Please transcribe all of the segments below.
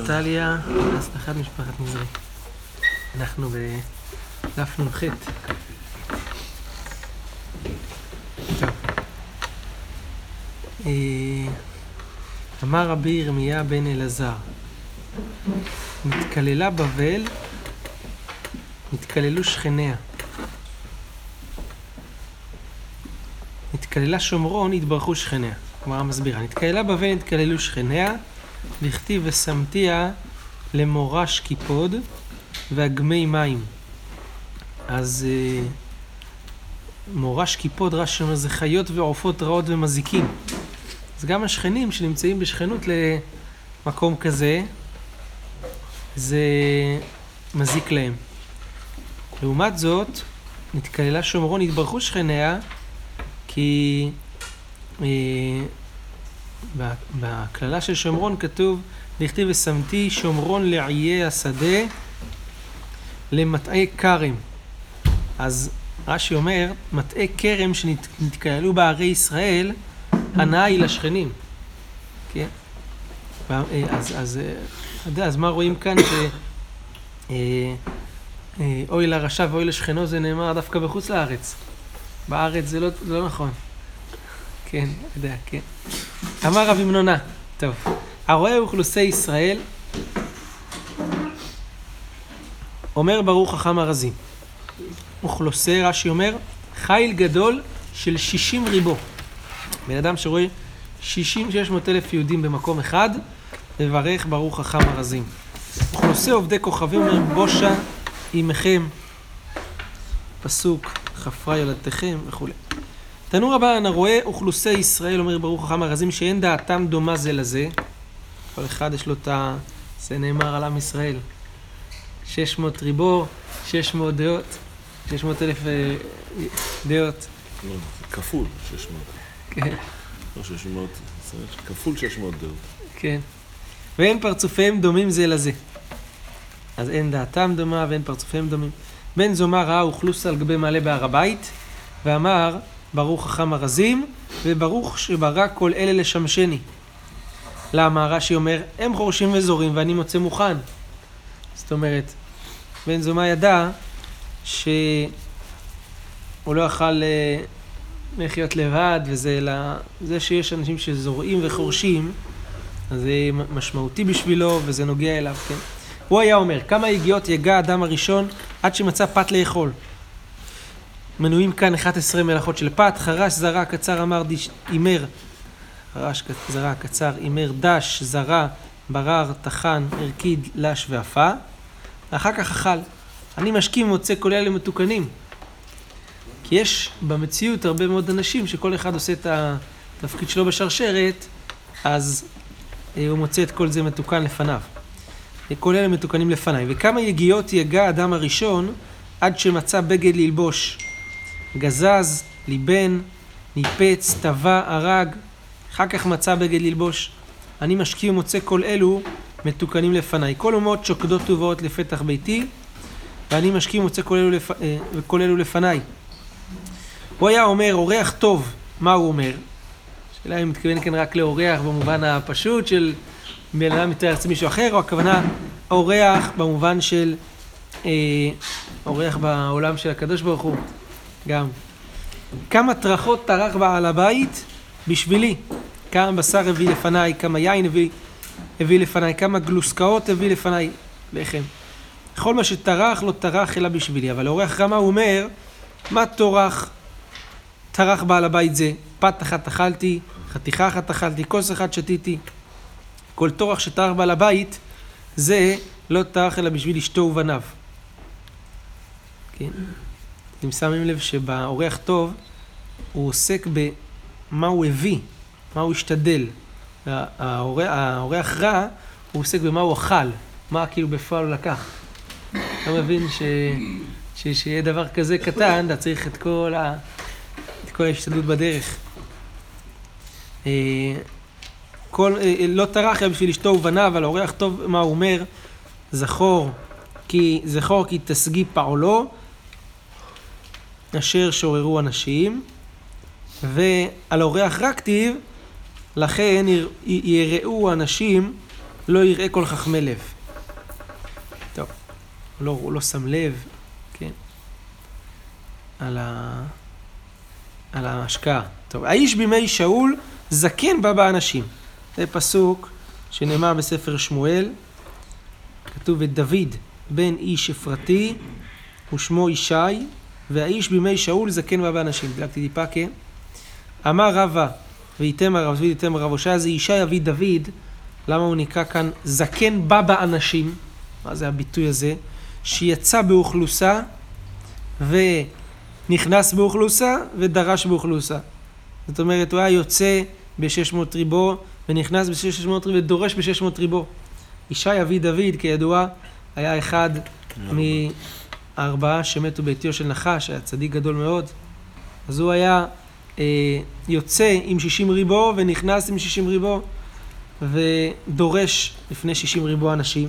טליה, הצלחת משפחת נזרי. אנחנו בדף נ"ח. טוב. אמר רבי ירמיה בן אלעזר, נתקללה בבל, נתקללו שכניה. נתקללה שומרון, התברכו שכניה. כלומר המסבירה, נתקללה בבל, נתקללו שכניה, לכתיב ושמתיה למורש קיפוד ואגמי מים. אז מורש קיפוד רש"י אומר זה חיות ועופות רעות ומזיקים. אז גם השכנים שנמצאים בשכנות למקום כזה, זה מזיק להם. לעומת זאת, נתקללה שומרון, התברכו שכניה, כי בכללה של שומרון כתוב, לכתיב ושמתי שומרון לעיי השדה למטעי כרם. אז רש"י אומר, מטעי כרם שנתקללו בערי ישראל, הנאה היא לשכנים. כן? אז מה רואים כאן? אוי לרשע ואוי לשכנו זה נאמר דווקא בחוץ לארץ. בארץ זה לא נכון. כן, יודע, כן. אמר רבי מנונה, טוב, הרואה אוכלוסי ישראל, אומר ברוך חכם ארזים. אוכלוסי, רש"י אומר, חיל גדול של 60 ריבו. בן אדם שרואה 60-600 אלף יהודים במקום אחד, לברך ברוך חכם ארזים. אוכלוסי עובדי כוכבים אומר, בושה עמכם, פסוק, חפרה ילדתכם וכו'. תנו רבן, הרואה אוכלוסי ישראל, אומר ברוך חכם ארזים, שאין דעתם דומה זה לזה. כל אחד יש לו זה נאמר על עם ישראל. 600 ריבו, 600 דעות, 600 אלף דעות. לא, כפול 600. כן. לא 600, כפול 600 דעות. כן. ואין פרצופיהם דומים זה לזה. אז אין דעתם דומה ואין פרצופיהם דומים. בן זומא ראה אוכלוס על גבי מעלה בהר הבית, ואמר, ברוך חכם ארזים, וברוך שברא כל אלה לשמשני. למה? רש"י אומר, הם חורשים וזורים ואני מוצא מוכן. זאת אומרת, בן זומא ידע שהוא לא יוכל לחיות לבד, זה שיש אנשים שזורעים וחורשים, אז זה משמעותי בשבילו וזה נוגע אליו, כן? הוא היה אומר, כמה יגיעות יגע האדם הראשון עד שמצא פת לאכול. מנויים כאן 11 מלאכות של פת, חרש זרע קצר אמר אימר, חרש זרע קצר אימר דש זרע ברר תחן הרקיד לש ואפה, ואחר כך אכל. אני משכים ומוצא כל אלה מתוקנים, כי יש במציאות הרבה מאוד אנשים שכל אחד עושה את התפקיד שלו בשרשרת, אז הוא מוצא את כל זה מתוקן לפניו. כל אלה מתוקנים לפניי. וכמה יגיעות יגע האדם הראשון עד שמצא בגד ללבוש. גזז, ליבן, ניפץ, טבע, הרג, אחר כך מצא בגד ללבוש. אני משקיע ומוצא כל אלו מתוקנים לפניי. כל אומות שוקדות ובאות לפתח ביתי, ואני משקיע ומוצא כל אלו לפניי. הוא היה אומר, אורח טוב, מה הוא אומר? שאלה אם מתכוון כאן רק לאורח במובן הפשוט של בן אדם מתאר אצל מישהו אחר, או הכוונה אורח במובן של אורח בעולם של הקדוש ברוך הוא גם. כמה טרחות טרח בעל הבית בשבילי, כמה בשר הביא לפניי, כמה יין הביא לפניי, כמה גלוסקאות הביא לפניי, לחם. כל מה שטרח לא טרח אלא בשבילי. אבל אורח רמה הוא אומר, מה טרח בעל הבית זה? פת אחת אכלתי, חתיכה אחת אכלתי, כוס אחת שתיתי. כל טורח שטרח בעל הבית, זה לא טרח אלא בשביל אשתו ובניו. כן? אתם שמים לב שבאורח טוב, הוא עוסק במה הוא הביא, מה הוא השתדל. האורח רע, הוא עוסק במה הוא אכל, מה כאילו בפועל הוא לקח. אתה מבין שיהיה דבר כזה קטן, אתה צריך את כל ההשתדלות בדרך. לא טרח אלא בשביל אשתו ובניו, אבל האורח טוב, מה הוא אומר? זכור כי תשגי פעולו, אשר שוררו אנשים, ועל האורח רע כתיב, לכן יראו אנשים לא יראה כל חכמי לב. טוב, הוא לא שם לב, כן, על ההשקעה. טוב, האיש בימי שאול זקן בא באנשים. זה פסוק שנאמר בספר שמואל, כתוב את דוד בן איש אפרתי ושמו ישי, והאיש בימי שאול זקן בא באנשים. דלקתי טיפה, כן? אמר רבא ויתם הרב דוד ויתם הרב הושע, זה ישי אבי דוד. למה הוא נקרא כאן זקן בא באנשים? מה זה הביטוי הזה? שיצא באוכלוסה ונכנס באוכלוסה ודרש באוכלוסה. זאת אומרת, הוא היה יוצא ב-600 ריבו ונכנס ב-600 ריבו ודורש ב-600 ריבו. ישי אבי דוד, כידוע, היה אחד מארבעה שמתו בעטיו של נחש, היה צדיק גדול מאוד. אז הוא היה יוצא עם 60 ריבו ונכנס עם 60 ריבו ודורש לפני 60 ריבו אנשים.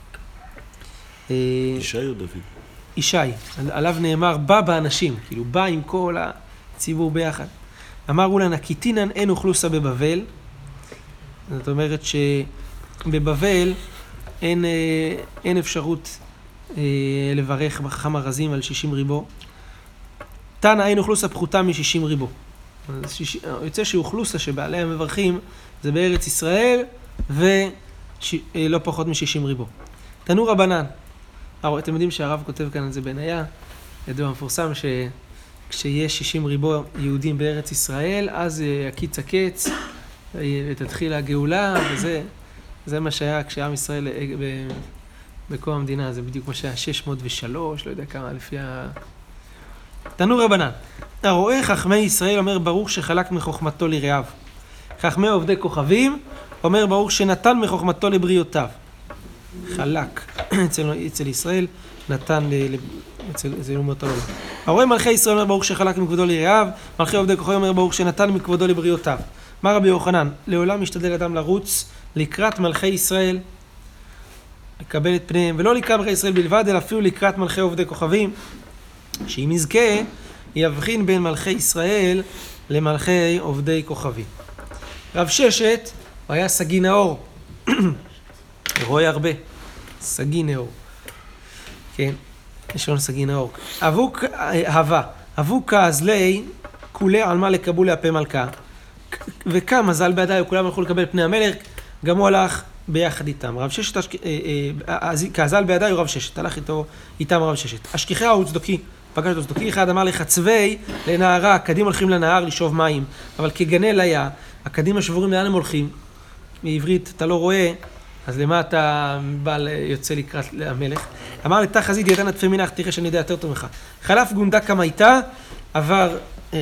ישי או דוד? ישי, עליו נאמר בא באנשים, כאילו בא עם כל הציבור ביחד. אמרו לה נקיטינן אין אוכלוסה בבבל. זאת אומרת שבבבל אין אפשרות לברך בחכם הרזים על 60 ריבו. תנא אין אוכלוסה פחותה מ-60 ריבו. יוצא שאוכלוסה שבעליה מברכים זה בארץ ישראל ולא פחות מ-60 ריבו. תנו רבנן. אתם יודעים שהרב כותב כאן על זה בניה, ידוע מפורסם שכשיש 60 ריבו יהודים בארץ ישראל, אז הקיץ הקץ ותתחיל הגאולה, וזה מה שהיה כשעם ישראל בקום המדינה, זה בדיוק מה שהיה 603, לא יודע כמה, לפי תנו רבנן. הרואה חכמי ישראל אומר ברוך שחלק מחוכמתו לרעיו. חכמי עובדי כוכבים אומר ברוך שנתן מחוכמתו לבריאותיו. חלק אצל ישראל, נתן אצל אומות העולם. הרואה מלכי ישראל אומר ברוך שחלק מכבודו לרעיו, מלכי עובדי כוכבים אומר ברוך שנתן מכבודו לבריאותיו. מה רבי יוחנן? לעולם משתדל אדם לרוץ לקראת מלכי ישראל, לקבל את פניהם, ולא לקראת מלכי ישראל בלבד, אלא אפילו לקראת מלכי עובדי כוכבים, שאם יזכה, יבחין בין מלכי ישראל למלכי עובדי כוכבים. רב ששת, הוא היה סגי נאור. רואה הרבה. סגי נאור. כן, יש לנו סגי נאור. אבוק הווה. אבוק כעזלי, כולי על מה לקבול להפה מלכה. וכמה זל בידיי, וכולם הלכו לקבל פני המלך, גם הוא הלך ביחד איתם. רב ששת, כעזל בידיי הוא רב ששת, הלך איתם רב ששת. השכיחה הוא צדוקי. פגש אותו צדוקי אחד, אמר לחצבי לנערה, הקדים הולכים לנהר לשאוב מים, אבל כגנל היה, הקדים השבורים לאן הם הולכים? בעברית אתה לא רואה, אז למה אתה יוצא לקראת המלך? אמר לתח חזית ידע נטפי מנח, תראה שאני יודע יותר טוב ממך. חלף גונדה כמה הייתה, עבר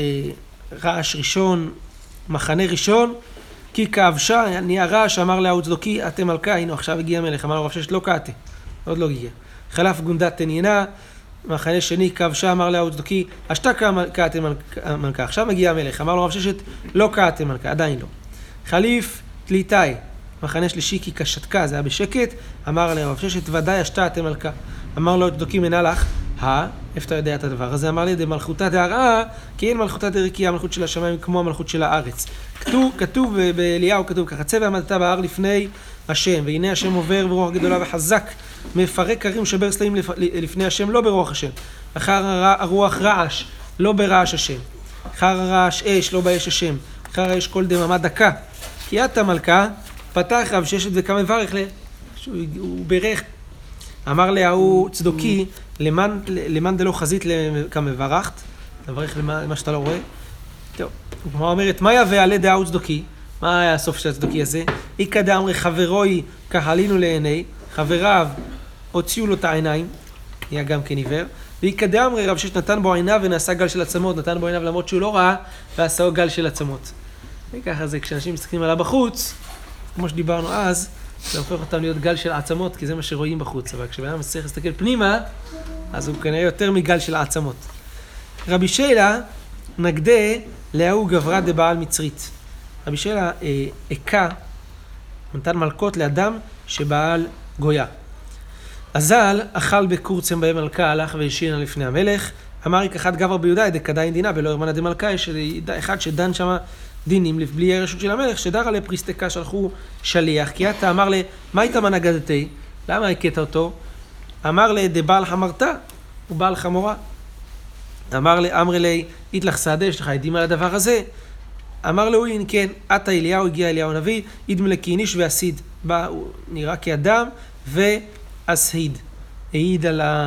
רעש ראשון, מחנה ראשון, כי כאבשה, נהיה רעש, אמר להוא צדוקי, אתם מלכה, הנה עכשיו הגיע המלך, אמר לו רב ששת לא קעתי, עוד לא הגיע. חלף גונדה תניינה, מחנה שני, כאבשה, אמר להוא צדוקי, אשתה קעתם מלכה, עכשיו מגיע המלך, אמר לו רב ששת לא קעתם מלכה, עדיין לא. חליף תליטאי, מחנה שלישי כי כשתקה, זה היה בשקט, אמר לה רב ששת ודאי אשתה אתם מלכה, אמר לו צדוקי מנה לך, איפה אתה יודע את הדבר הזה? אמר לי, דמלכותה דהרעה, כי אין מלכותה דרכי, המלכות של השמיים כמו המלכות של הארץ. כתוב באליהו, כתוב ככה, צא ועמדת בהר לפני השם, והנה השם עובר ברוח גדולה וחזק, מפרק הרים שבר סלעים לפני השם, לא ברוח השם. אחר הרוח רעש, לא ברעש השם. אחר הרעש אש, לא באש השם. אחר האש כל דממה דקה. כי אתה מלכה, פתח רב ששת וכמה מברך הוא ברך. אמר להוא צדוקי, למאן דלא חזית כמברכת, לברך למה שאתה לא רואה. טוב, הוא אומרת, מה יבא עלי דהוא צדוקי? מה היה הסוף של הצדוקי הזה? איקא דאמרי חברוי כהלינו לעיני, חבריו הוציאו לו את העיניים, היה גם כן עיוור, ואיקא דאמרי רב ששת נתן בו עיניו ונעשה גל של עצמות, נתן בו עיניו למרות שהוא לא ראה, ועשה גל של עצמות. וככה זה, כשאנשים מסתכלים עליו בחוץ, כמו שדיברנו אז, זה הופך אותם להיות גל של עצמות, כי זה מה שרואים בחוץ, אבל כשבן צריך להסתכל פנימה, אז הוא כנראה יותר מגל של עצמות. רבי שיילה נגדה להוא גברה דבעל מצרית. רבי שיילה עקה, נתן מלכות לאדם שבעל גויה. הזל אכל בקורצם בהם מלכה, הלך והשינה לפני המלך, אמר ייקחת גבר ביהודה, דקדאין דינה, ולא הרמנה דמלכה, יש אחד שדן שמה דינים בלי רשות של המלך, שדרה לפריסטקה שלחו שליח, כי אתה אמר לי, מה איתה מנגדתי? למה הכית אותו? אמר לי, דבעל חמרתה, הוא בעל חמורה. אמר לי, אמרי לי, איתלך סעדה, יש לך עדים על הדבר הזה? אמר לו, אם כן, אתה אליהו, הגיע אליהו הנביא, אידמה לכיניש והסיד. בא, הוא נראה כאדם והסהיד. העיד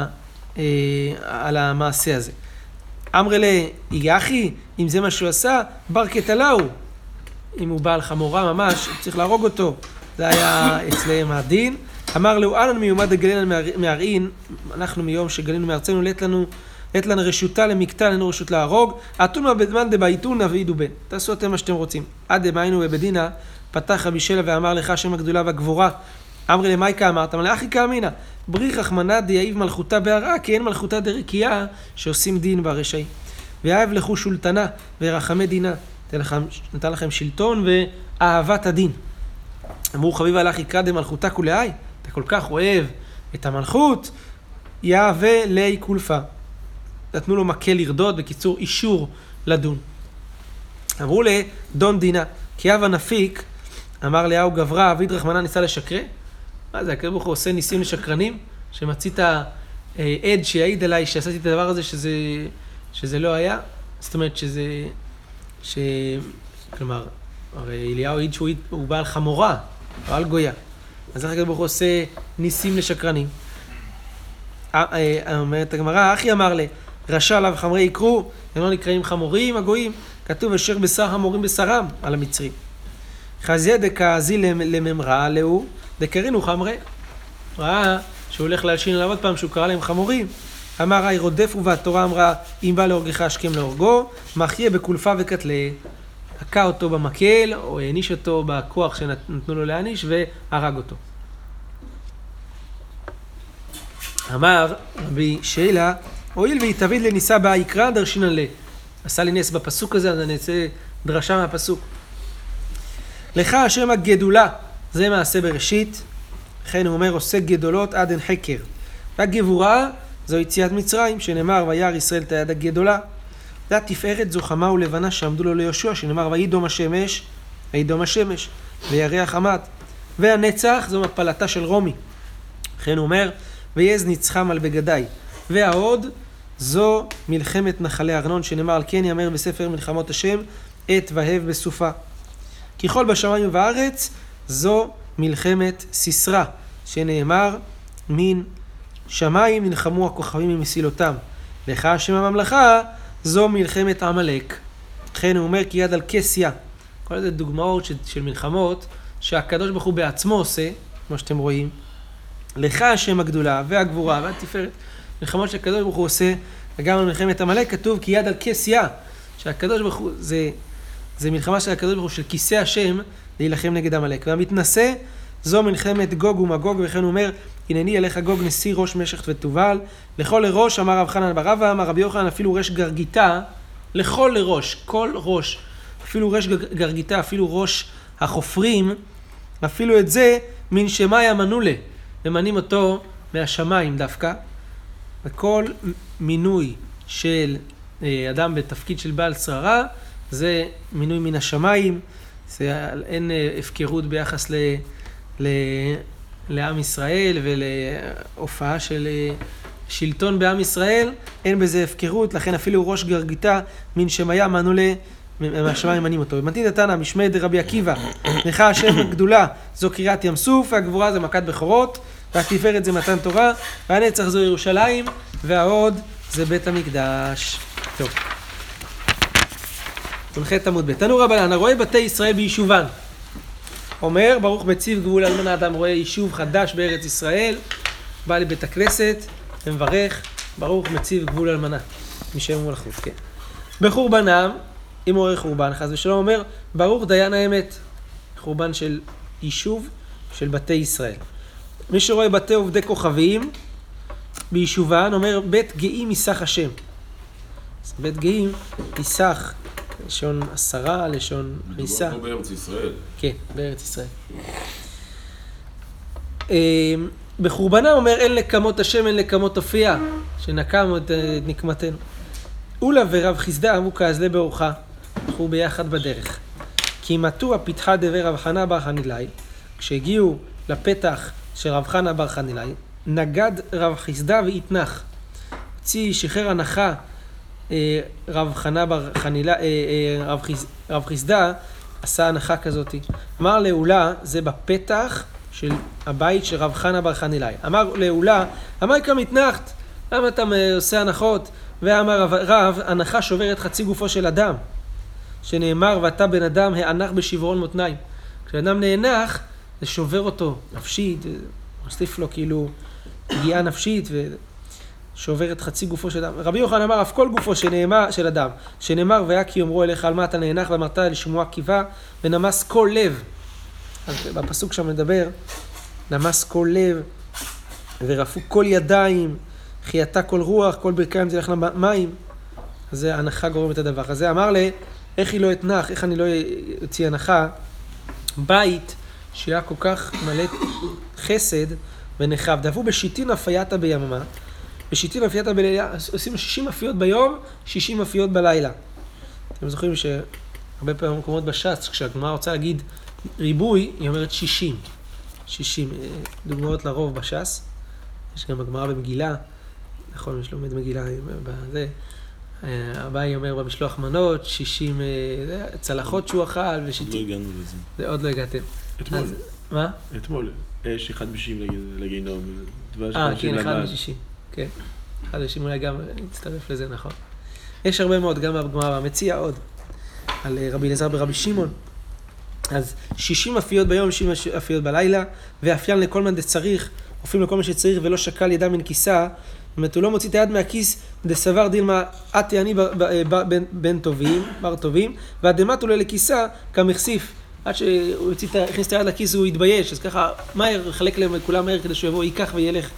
על המעשה הזה. אמרי לי, יחי, אם זה מה שהוא עשה, ברקת עליו. אם הוא בעל חמורה ממש, צריך להרוג אותו. זה היה אצלם הדין. אמר לו, אנן מיומד הגלינו מהרעין, אנחנו מיום שגלינו מארצנו, לת לנו רשותה למקטע, לנו רשות להרוג. אתונו בדמן דבעיתונה ועידו בן. תעשו אתם מה שאתם רוצים. עד דמיינו בבדינה, פתח רבי שלה ואמר לך שם הגדולה והגבורה. אמרי למייקה אמרת, אמר לאחי כאמינה, בריך רחמנא דיעיב מלכותה בהרעה, כי אין מלכותה דרקייה שעושים דין ברשעים. ואהב לכו שולטנה ורחמי דינה. נתן לכם שלטון ואהבת הדין. אמרו חביב הלך יקרא דמלכותה כולי, אתה כל כך אוהב את המלכות, יהווה לי כולפה. נתנו לו מקל לרדות, בקיצור אישור לדון. אמרו לי, דון דינה, כי אבא נפיק, אמר לאהו גברה, אביד רחמנה ניסה לשקרה? מה זה, הקדוש ברוך הוא עושה ניסים לשקרנים? שמצית עד שיעיד עליי שעשיתי את הדבר הזה שזה לא היה? זאת אומרת כלומר, הרי אליהו העיד שהוא בעל חמורה, בעל גויה. אז איך הקדוש ברוך הוא עושה ניסים לשקרנים? אומרת הגמרא, אחי אמר לי, רשע עליו חמרי יקרו, הם לא נקראים חמורים, הגויים, כתוב אשר בשר חמורים בשרם על המצרים. חזיה דקאזי לממרא עליהו, דקרינו חמרי. ראה שהוא הולך להלשין עליו עוד פעם, שהוא קרא להם חמורים. אמר ראי רודפו והתורה אמרה, אם בא להורגך השכם להורגו, מחיה בקולפה וקטלה. הכה אותו במקל, או העניש אותו בכוח שנתנו לו להעניש, והרג אותו. אמר רבי שאלה, הואיל והתאביד לניסה בהיקרא דרשינן לה. עשה לי נס בפסוק הזה, אז אני אצא דרשה מהפסוק. לך השם הגדולה, זה מעשה בראשית. לכן הוא אומר, עושה גדולות עד אין חקר. והגבורה זו יציאת מצרים, שנאמר, וירא ישראל את היד הגדולה. והתפארת זו חמה ולבנה שעמדו לו ליהושע, שנאמר, וידום השמש, וירח חמת. והנצח זו מפלתה של רומי. לכן הוא אומר, ויעז ניצחם על בגדי. והעוד זו מלחמת נחלי ארנון, שנאמר על כן יאמר בספר מלחמות השם, עת והב בסופה. ככל בשמיים ובארץ זו מלחמת סיסרא, שנאמר מן שמיים נלחמו הכוכבים ממסילותם. לך השם הממלכה זו מלחמת עמלק. לכן הוא אומר כי יד על כסיה. כל זה דוגמאות של מלחמות שהקדוש ברוך הוא בעצמו עושה, כמו שאתם רואים. לך השם הגדולה והגבורה והתפארת. מלחמות שהקדוש ברוך הוא עושה, וגם במלחמת עמלק כתוב כי יד על כסיה. שהקדוש ברוך הוא, זה מלחמה של הקדוש ברוך הוא, של כיסא השם, להילחם נגד עמלק. והמתנשא זו מלחמת גוג ומגוג, וכן הוא אומר, הנני אליך גוג נשיא ראש משך ותובל, לכל לראש, אמר רב חנן בר רבא, אמר רבי יוחנן, אפילו רש גרגיתה, לכל לראש, כל ראש, אפילו רש גרגיתה, אפילו ראש החופרים, אפילו את זה, מן שמאי מנולה, ממנים אותו מהשמיים דווקא, וכל מינוי של אדם בתפקיד של בעל שררה, זה מינוי מן השמיים, זה אין הפקרות ביחס לעם ישראל ולהופעה של שלטון בעם ישראל, אין בזה הפקרות, לכן אפילו ראש גרגיתה מן שמאי מנולה מהשמיים מנים אותו. ומתין דתנא משמי דרבי עקיבא, לך השם הגדולה זו קריאת ים סוף, והגבורה זה מכת בכורות, והתפארת זה מתן תורה, והנצח זו ירושלים, והעוד זה בית המקדש. טוב. תונחת עמוד ב' תנו רבנן, הרואה בתי ישראל ביישובן. אומר, ברוך מציב גבול אלמנה, אדם רואה יישוב חדש בארץ ישראל, בא לבית הכנסת ומברך, ברוך מציב גבול אלמנה. משם ומלכות, כן. בחורבנם, אם הוא רואה חורבן, חס ושלום אומר, ברוך דיין האמת. חורבן של יישוב של בתי ישראל. מי שרואה בתי עובדי כוכבים ביישובן, אומר, בית גאים יסח השם. בית גאים יסח, לשון 10, לשון חיסה. מדובר פה בארץ ישראל. כן, בארץ ישראל. בחורבנם אומר, אין לקמות השם, אין לקמות הופיע, שנקם את נקמתנו. אולה ורב חסדה אמרו כאזלה באורחה, הלכו ביחד בדרך. כי מתו הפתחה דבר רב חנה בר חנילאי, כשהגיעו לפתח של רב חנה בר חנילאי, נגד רב חיסדא והתנח. שחרר הנחה רב חנה בר חנילאי, רב חיסדא עשה הנחה כזאת. אמר לאולה, זה בפתח של הבית של רב חנה בר חנילאי. אמר לאולה, אמר כמה התנחת, למה אתה עושה הנחות? ואמר רב, הנחה שוברת חצי גופו של אדם, שנאמר, ואתה בן אדם הענך בשברון מותניים. כשאדם נאנח, זה שובר אותו נפשית, מוסיף לו כאילו פגיעה נפשית ושובר את חצי גופו של אדם. רבי יוחנן אמר, אף כל גופו של אדם, שנאמר, והיה כי יאמרו אליך על מה אתה נאנח, ואמרת לשמוע קיבה, ונמס כל לב. אז בפסוק שם מדבר, נמס כל לב, ורפו כל ידיים, חייתה כל רוח, כל ברכיים תלך למים. אז זה הנחה גורמת הדבר הזה. אמר לי, איך היא לא אתנח, איך אני לא אוציא הנחה? בית שהיה כל כך מלא חסד ונחב. דבו בשיטין אפייתה ביממה. בשיטין אפייתה בלילה, עושים 60 אפיות ביום, 60 אפיות בלילה. אתם זוכרים שהרבה פעמים מקומות בש"ס, כשהגמרא רוצה להגיד ריבוי, היא אומרת 60. 60 דוגמאות לרוב בש"ס. יש גם הגמרא במגילה, נכון, מי שלומד מגילה בזה. הבאי אומר במשלוח מנות, 60 צלחות שהוא אכל ושיטים. עוד לא הגענו לזה. זה עוד לא הגעתם. אתמול. מה? אתמול. יש 1 ב-60 לגיהנום. כן, 1 ב-60. כן. 1 ב-60 אולי גם נצטרף לזה, נכון. יש הרבה מאוד, גם בגמרא מציע עוד. על רבי אלעזר ברבי שמעון. אז 60 אפיות ביום, 60 אפיות בלילה, ואפיין לכל מה דצריך, אופים לכל מה שצריך ולא שקל ידם מן כיסה. זאת אומרת, הוא לא מוציא את היד מהכיס, דסבר דילמה, עתי אני בן טובים, בר טובים, והדמת עולה לכיסה כמחשיף. עד שהוא הכניס את היד לכיס הוא יתבייש, אז ככה מהר, חלק לכולם מהר כדי שהוא יבוא, ייקח וילך.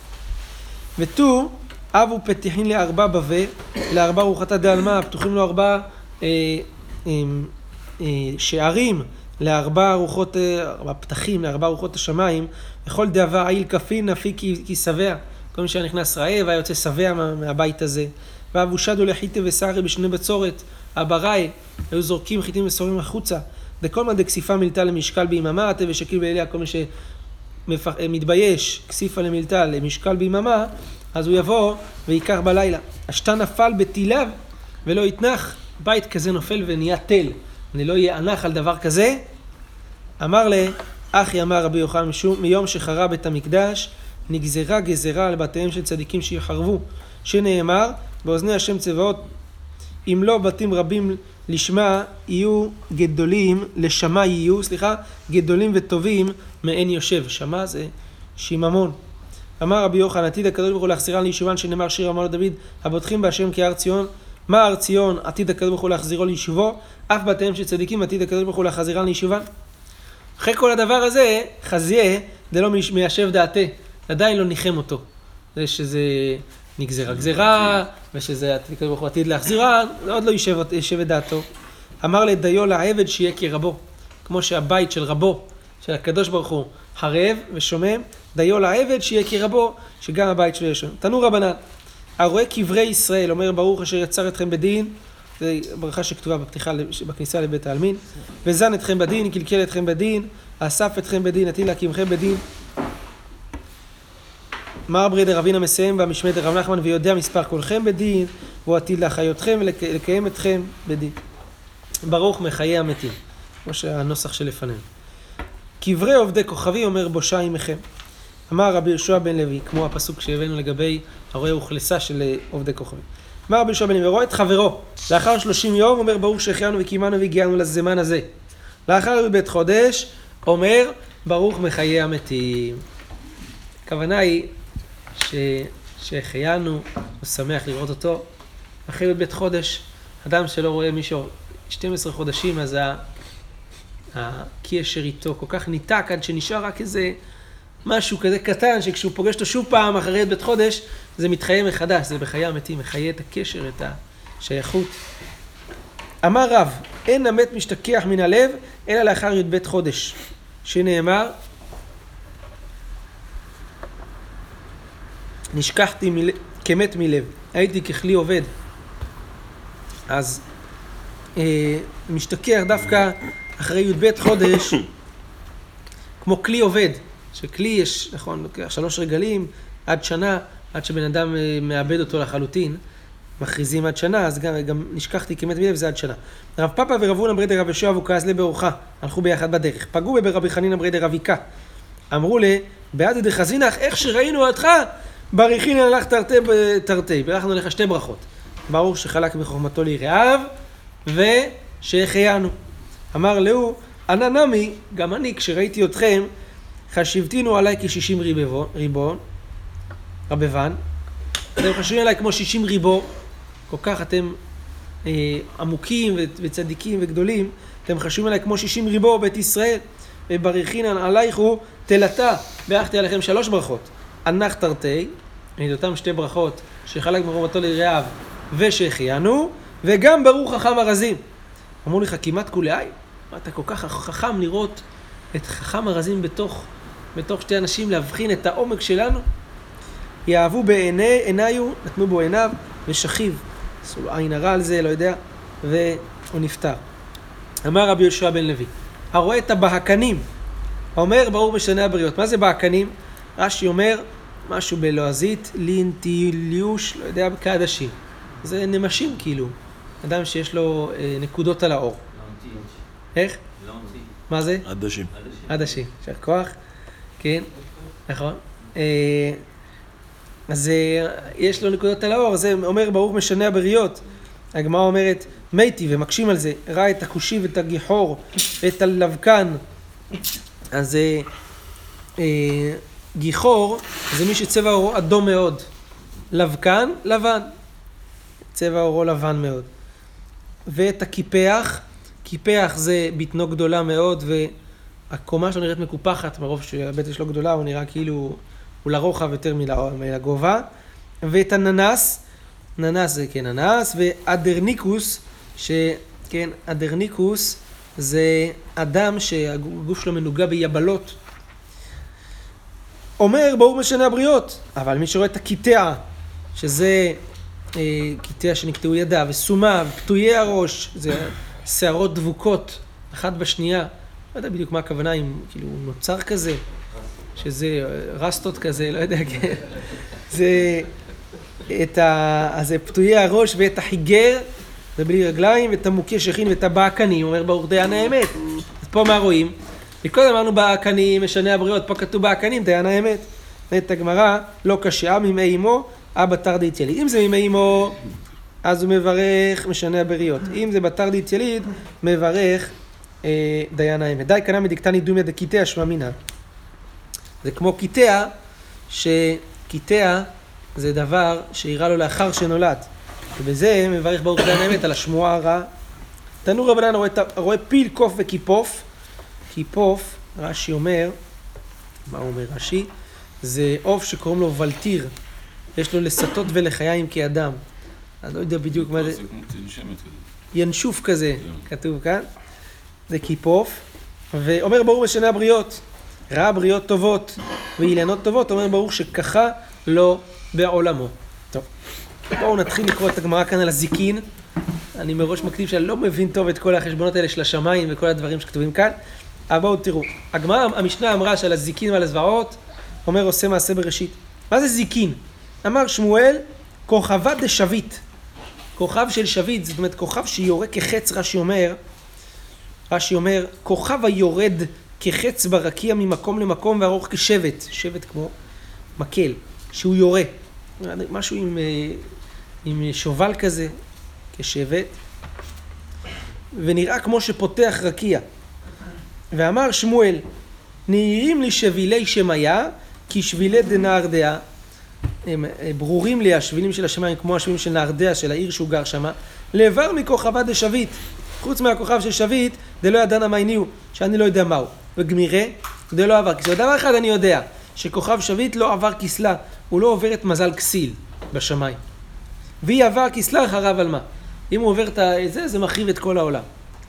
ותו, אבו פתיחין לארבע בווה, לארבע רוחתה דעלמה, פתוחים לו 4 שערים, לארבע רוחות, 4 פתחים, לארבע רוחות השמיים, וכל דאבה עיל כפין נפי כי שבע. כל מי שהיה נכנס רעב, היה יוצא שבע מהבית הזה. ואבו שדו לחיטה וסערי בשני בצורת, הבראי, היו זורקים חיטים וסורים החוצה. וכל מה דקסיפה מילתה למשקל ביממה, הטבע ושקיל באליה, כל מי שמתבייש, כסיפה למילתה למשקל ביממה, אז הוא יבוא ויקח בלילה. השתה נפל בתיליו ולא יתנח, בית כזה נופל ונהיה תל. אני לא יהיה ענך על דבר כזה. אמר לי, אחי אמר רבי יוחנן, מיום שחרב בית המקדש, נגזרה גזרה על בתיהם של צדיקים שיחרבו, שנאמר, באוזני השם צבאות, אם לא בתים רבים לשמה יהיו גדולים, לשמה יהיו, גדולים וטובים מעין יושב. שמה זה שיממון. אמר רבי יוחנן, עתיד הקדוש ברוך הוא להחזירן ליישובן, שנאמר שיר אמר לדוד, הבוטחים בהשם כהר ציון. מה הר ציון? עתיד הקדוש ברוך הוא להחזירו ליישובו, אף בתיהם של צדיקים עתיד הקדוש ברוך הוא להחזירן ליישובן. אחרי כל הדבר הזה, חזיה, זה לא מיישב דעתה, עדיין לא ניחם אותו. זה שזה נגזרה גזרה, ושזה הקדוש ברוך הוא עתיד להחזירן, זה עוד לא יישב את דעתו. אמר לדיו לעבד שיהיה כרבו, כמו שהבית של רבו, של הקדוש ברוך הוא, חרב ושומם, דיו לעבד שיהיה כרבו, שגם הבית שלו ישום. תנו רבנן, הרואה קברי ישראל, אומר ברוך אשר יצר אתכם בדין, זה ברכה שכתובה בפתיחה, בכניסה לבית העלמין, וזן אתכם בדין, קלקל אתכם בדין, אסף אתכם בדין, עתיד להקימכם בדין. מר ברדר רבינה מסיים במשמד רב נחמן, ויודע מספר כולכם בדין, והוא עתיד להחיותכם ולקיים אתכם בדין. ברוך מחיי המתים, כמו שהנוסח שלפנינו. קברי עובדי כוכבי אומר בושה עמכם. אמר רבי יהושע בן לוי, כמו הפסוק שהבאנו לגבי הרואה אוכלסה של עובדי כוכבי. אמר רבי יהושע בן לוי, רואה את חברו, לאחר 30 יום אומר ברוך שהחיינו וקיימנו והגיענו לזמן הזה. לאחר בית חודש אומר ברוך מחיי המתים. הכוונה היא שהחיינו, הוא שמח לראות אותו. אחרי בית חודש, אדם שלא רואה מישהו 12 חודשים, אז הקשר איתו כל כך ניתק עד שנשאר רק איזה משהו כזה קטן, שכשהוא פוגש אותו שוב פעם אחרי בית חודש, זה מתחיה מחדש, זה בחיי המתים, מחיה את הקשר, את השייכות. אמר רב, אין המת משתכח מן הלב, אלא לאחר י"ב חודש, שנאמר, נשכחתי כמת מלב, הייתי ככלי עובד. אז משתכח דווקא אחרי י"ב חודש, כמו כלי עובד, שכלי יש, נכון, 3 רגלים, עד שנה, עד שבן אדם מאבד אותו לחלוטין, מכריזים עד שנה, אז גם נשכחתי כמת בידי וזה עד שנה. רב פאפה ורב הונא ברי דרב יהושע וכעז באורחה, הלכו ביחד בדרך. פגעו ברבי חנינא ברי דרב יקה. אמרו לה, בעד דחזינך, איך שראינו אותך, בריחין הלך תרתי. ברכנו לך 2 ברכות. ברור שחלק מחוכמתו ליראיו, ושהחיינו. אמר לו, אנא נמי, גם אני כשראיתי אתכם, חשיבתינו עליי כ-60 ריבון, רבבן, אתם חושבים עליי כמו 60 ריבו, כל כך אתם עמוקים וצדיקים וגדולים, אתם חושבים עליי כמו 60 ריבו בית ישראל, ובריחינן עלייכו תלתה, ברכתי עליכם 3 ברכות, אנך תרתי, את אותם 2 ברכות שחלק מחוכמתו ליראיו ושהחיינו, וגם ברוך חכם ארזים. אמרו לך כמעט כולי, אתה כל כך חכם לראות את חכם ארזים בתוך 2 אנשים, להבחין את העומק שלנו. יאהבו עיניו, נתנו בו עיניו, ושכיב, עשו לו עין הרע על זה, לא יודע, והוא נפטר. אמר רבי יהושע בן לוי, הרואה את הבהקנים, אומר ברור משנה הבריות. מה זה בהקנים? רש"י אומר משהו בלועזית, לינטיליוש, לא יודע, כעדשים. זה נמשים כאילו, אדם שיש לו נקודות על האור. איך? מה זה? עדשים. עדשים, שייך כוח, כן, נכון. אז יש לו נקודות על האור, זה אומר ברוך משנה הבריות. הגמרא אומרת, מתי, ומקשים על זה, ראה את הכושי ואת הגיחור ואת הלבקן. אז גיחור זה מי שצבע אורו אדום מאוד. לבקן, לבן. צבע אורו לבן מאוד. ואת הקיפח, קיפח זה בטנו גדולה מאוד, והקומה שלו נראית מקופחת, מרוב שהבטן שלו גדולה, הוא נראה כאילו הוא לרוחב יותר מלגובה. ואת הננס, ננס זה כן ננס, ואדרניקוס, שכן, אדרניקוס זה אדם שהגוף שלו מנוגע ביבלות. אומר ברור משנה הבריות, אבל מי שרואה את הקיטע, שזה קיטע שנקטעו ידיו, וסומה, ופתויי הראש, זה שערות דבוקות, אחת בשנייה, לא יודע בדיוק מה הכוונה, אם כאילו נוצר כזה, שזה רסטות כזה, לא יודע, כן. זה פתויי הראש ואת החיגר, זה בלי רגליים, ואת המוקי שכין ואת הבעקנים, אומר ברוך דיין האמת. אז פה מה רואים? מקודם אמרנו בעקנים, משנה הבריות, פה כתוב בעקנים, דיין האמת. את הגמרא, לא קשה, ממי אמו, אבא תרדית יליד. אם זה ממי אמו, אז הוא מברך משנה הבריות. אם זה בתרדית יליד, מברך דיין האמת. די קנה מדיקתני דומיה דקיטע שממינה. זה כמו קיטע, שקיטע זה דבר שאירע לו לאחר שנולד. ובזה מברך ברוך דיין האמת על השמועה הרעה. תנו רבנן רואה פיל, קוף וקיפוף. קיפוף, רש"י אומר, מה אומר רש"י? זה עוף שקוראים לו ולטיר. יש לו לסטות ולחיים כאדם. אני לא יודע בדיוק מה זה. ינשוף כזה, כתוב כאן. זה קיפוף. ואומר ברוך משנה הבריות. ראה בריות טובות ואילנות טובות. אומר ברוך שככה לא בעולמו. טוב. בואו נתחיל לקרוא את הגמרא כאן על הזיקין. אני מראש מקדים שאני לא מבין טוב את כל החשבונות האלה של השמיים וכל הדברים שכתובים כאן. אבל בואו תראו. הגמרא, המשנה אמרה שעל הזיקין ועל הזוועות, אומר עושה מעשה בראשית. מה זה זיקין? אמר שמואל, כוכבה דשביט. כוכב של שביט, זאת אומרת כוכב שיורה כחץ, רש"י אומר, כוכב היורד כחץ ברקיע ממקום למקום וארוך כשבט, שבט כמו מקל, שהוא יורה. משהו עם שובל כזה, כשבט, ונראה כמו שפותח רקיע. ואמר שמואל, נהירים לי שבילי שמיה, כי שבילי דנהרדעה, הם ברורים לי השבילים של השמיים, כמו השבילים של נהרדעה, של העיר שהוא גר שמה, לעבר מכוכבה דשביט. חוץ מהכוכב של שביט, זה לא ידענה מה הניעו, שאני לא יודע מהו. וגמירה, זה לא עבר כסלה. דבר אחד אני יודע, שכוכב שביט לא עבר כסלה, הוא לא עובר את מזל כסיל בשמיים. והיא עבר כסלה חרב על מה. אם הוא עובר את זה, זה מחריב את כל העולם.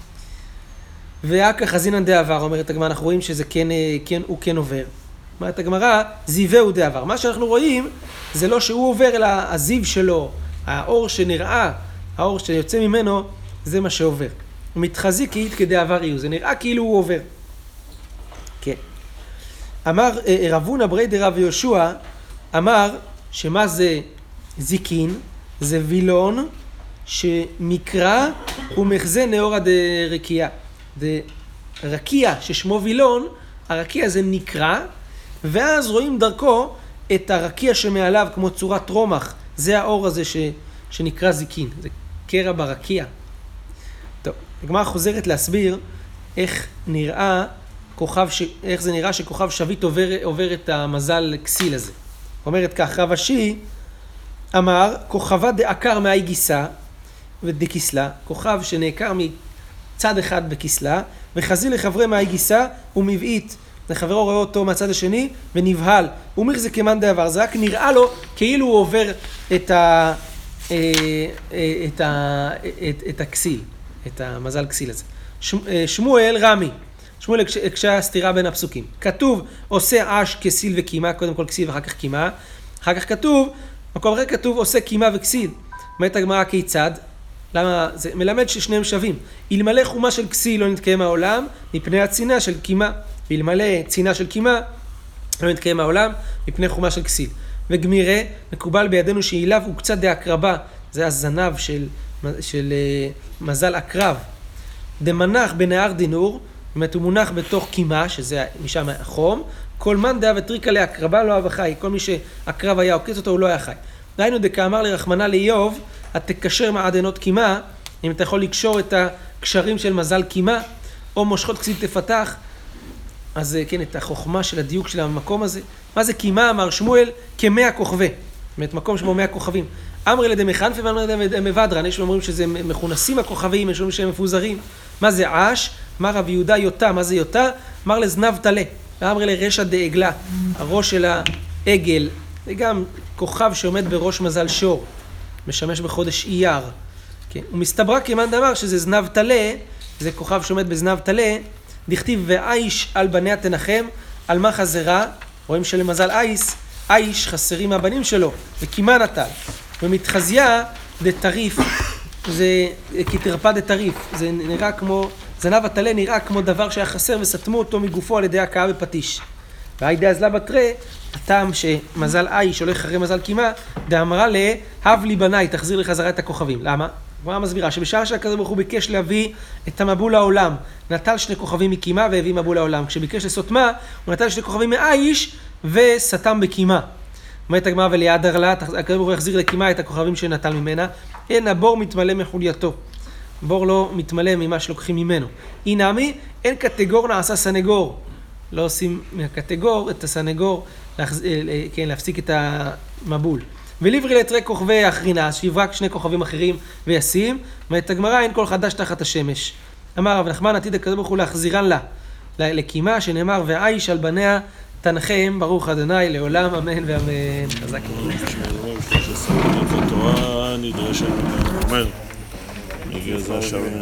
והכה חזינן דעבר, אומרת הגמרא, אנחנו רואים שזה הוא כן עובר. אומרת הגמרא, זיווהו דעבר. מה שאנחנו רואים, זה לא שהוא עובר, אלא הזיו שלו, האור שנראה, האור שיוצא ממנו, זה מה שעובר. הוא מתחזיק כאית כדי עבריו, זה נראה כאילו הוא עובר. כן. אמר רב הונא ברי דרב יהושע, אמר שמה זה זיקין? זה וילון שמקרא ומחזה נאורה דרקיע. רקיע ששמו וילון, הרקיע זה נקרא, ואז רואים דרכו את הרקיע שמעליו כמו צורת רומח, זה האור הזה שנקרא זיקין, זה קרע ברקיע. טוב, הגמרא חוזרת להסביר איך זה נראה שכוכב שביט עובר את המזל כסיל הזה. אומרת כך, רב אשי אמר, כוכבה דעקר מאי גיסה ודכסלה, כוכב שנעקר מצד אחד בכסלה, וחזי לחברי מאי גיסה ומבעית, לחברו רואה אותו מהצד השני ונבהל, ומחזה כמן דעבר, זה רק נראה לו כאילו הוא עובר את הכסיל, את המזל כסיל הזה. שמואל רמי, שמואל הקשה סתירה בין הפסוקים. כתוב עושה עש כסיל וקימה, קודם כל כסיל ואחר כך קימה. אחר כך כתוב, מקום אחר כתוב עושה קימה וכסיל. אומרת הגמרא כיצד? למה? זה מלמד ששניהם שווים. אלמלא חומה של כסיל לא נתקיים העולם, מפני הצינה של קימה. ואלמלא צינה של קימה לא נתקיים העולם, מפני חומה של כסיל. וגמירה, מקובל בידינו שאיליו הוא קצת דהקרבה, זה הזנב של מזל הקרב. דמנח בנהר דינור, זאת אומרת הוא מונח בתוך קימה, שזה משם החום, כל מן דעה וטריקה להקרבה לא אהב החי, כל מי שהקרב היה עוקץ אותו הוא לא היה חי. דהיינו דקאמר לרחמנא לאיוב, התקשר מעדנות קימה, אם אתה יכול לקשור את הקשרים של מזל קימה, או מושכות כסיל תפתח, אז כן, את החוכמה של הדיוק של המקום הזה. מה זה קימה? אמר שמואל, כ100 כוכבי. זאת אומרת, מקום שבו 100 כוכבים. אמרי לדמחנפי ואמרי לדמבדרן, יש אומרים שזה מכונסים הכוכבים, יש אומרים שהם מפוזרים. מה זה עש? אמר רב יהודה יותה, מה זה יותה? אמר לזנב תלה. ואמרי לרשע דעגלה, הראש של העגל. זה גם כוכב שעומד בראש מזל שור, משמש בחודש אייר. כן. ומסתברא כמאן דאמר שזה זנב תלה, זה כוכב שעומד בזנב תלה, דכתיב ואיש על בניה תנחם, על מה חזרה? רואים שלמזל איש חסרים מהבנים שלו, וקימה נטל. ומתחזיה דטריף, זה כתרפה דטריף, זה נראה כמו, זנב התלה נראה כמו דבר שהיה חסר וסתמו אותו מגופו על ידי הקאה בפטיש. והידי הזלה בתרה, הטעם שמזל איש הולך אחרי מזל קימה, דאמרה להב לי בניי, תחזיר לי חזרה את הכוכבים. למה? הגמרא מסבירה שבשעה שהקדוש ברוך הוא ביקש להביא את המבול לעולם, נטל 2 כוכבים מקימה והביא מבול לעולם. כשביקש לסותמה, הוא נטל 2 כוכבים מאיש וסתם בקימה. אומרת הגמרא וליעדר לה, הקדוש ברוך הוא יחזיר לקימה את הכוכבים שנטל ממנה. אין הבור מתמלא מחולייתו. בור לא מתמלא ממה שלוקחים ממנו. אינמי, אין קטגור נעשה סנגור. לא עושים מהקטגור את הסנגור, להפסיק את המבול. ולברי לתרי כוכבי האחרינה, שיברק 2 כוכבים אחרים וישים, ואת הגמרא אין כל חדש תחת השמש. אמר רב נחמן עתיד הקדוש ברוך הוא להחזירן לה, לקימה שנאמר ואיש על בניה תנחם ברוך ה' לעולם אמן ואמן. חזק מאוד. התורה נדרשת, אומר, הגיע זה עכשיו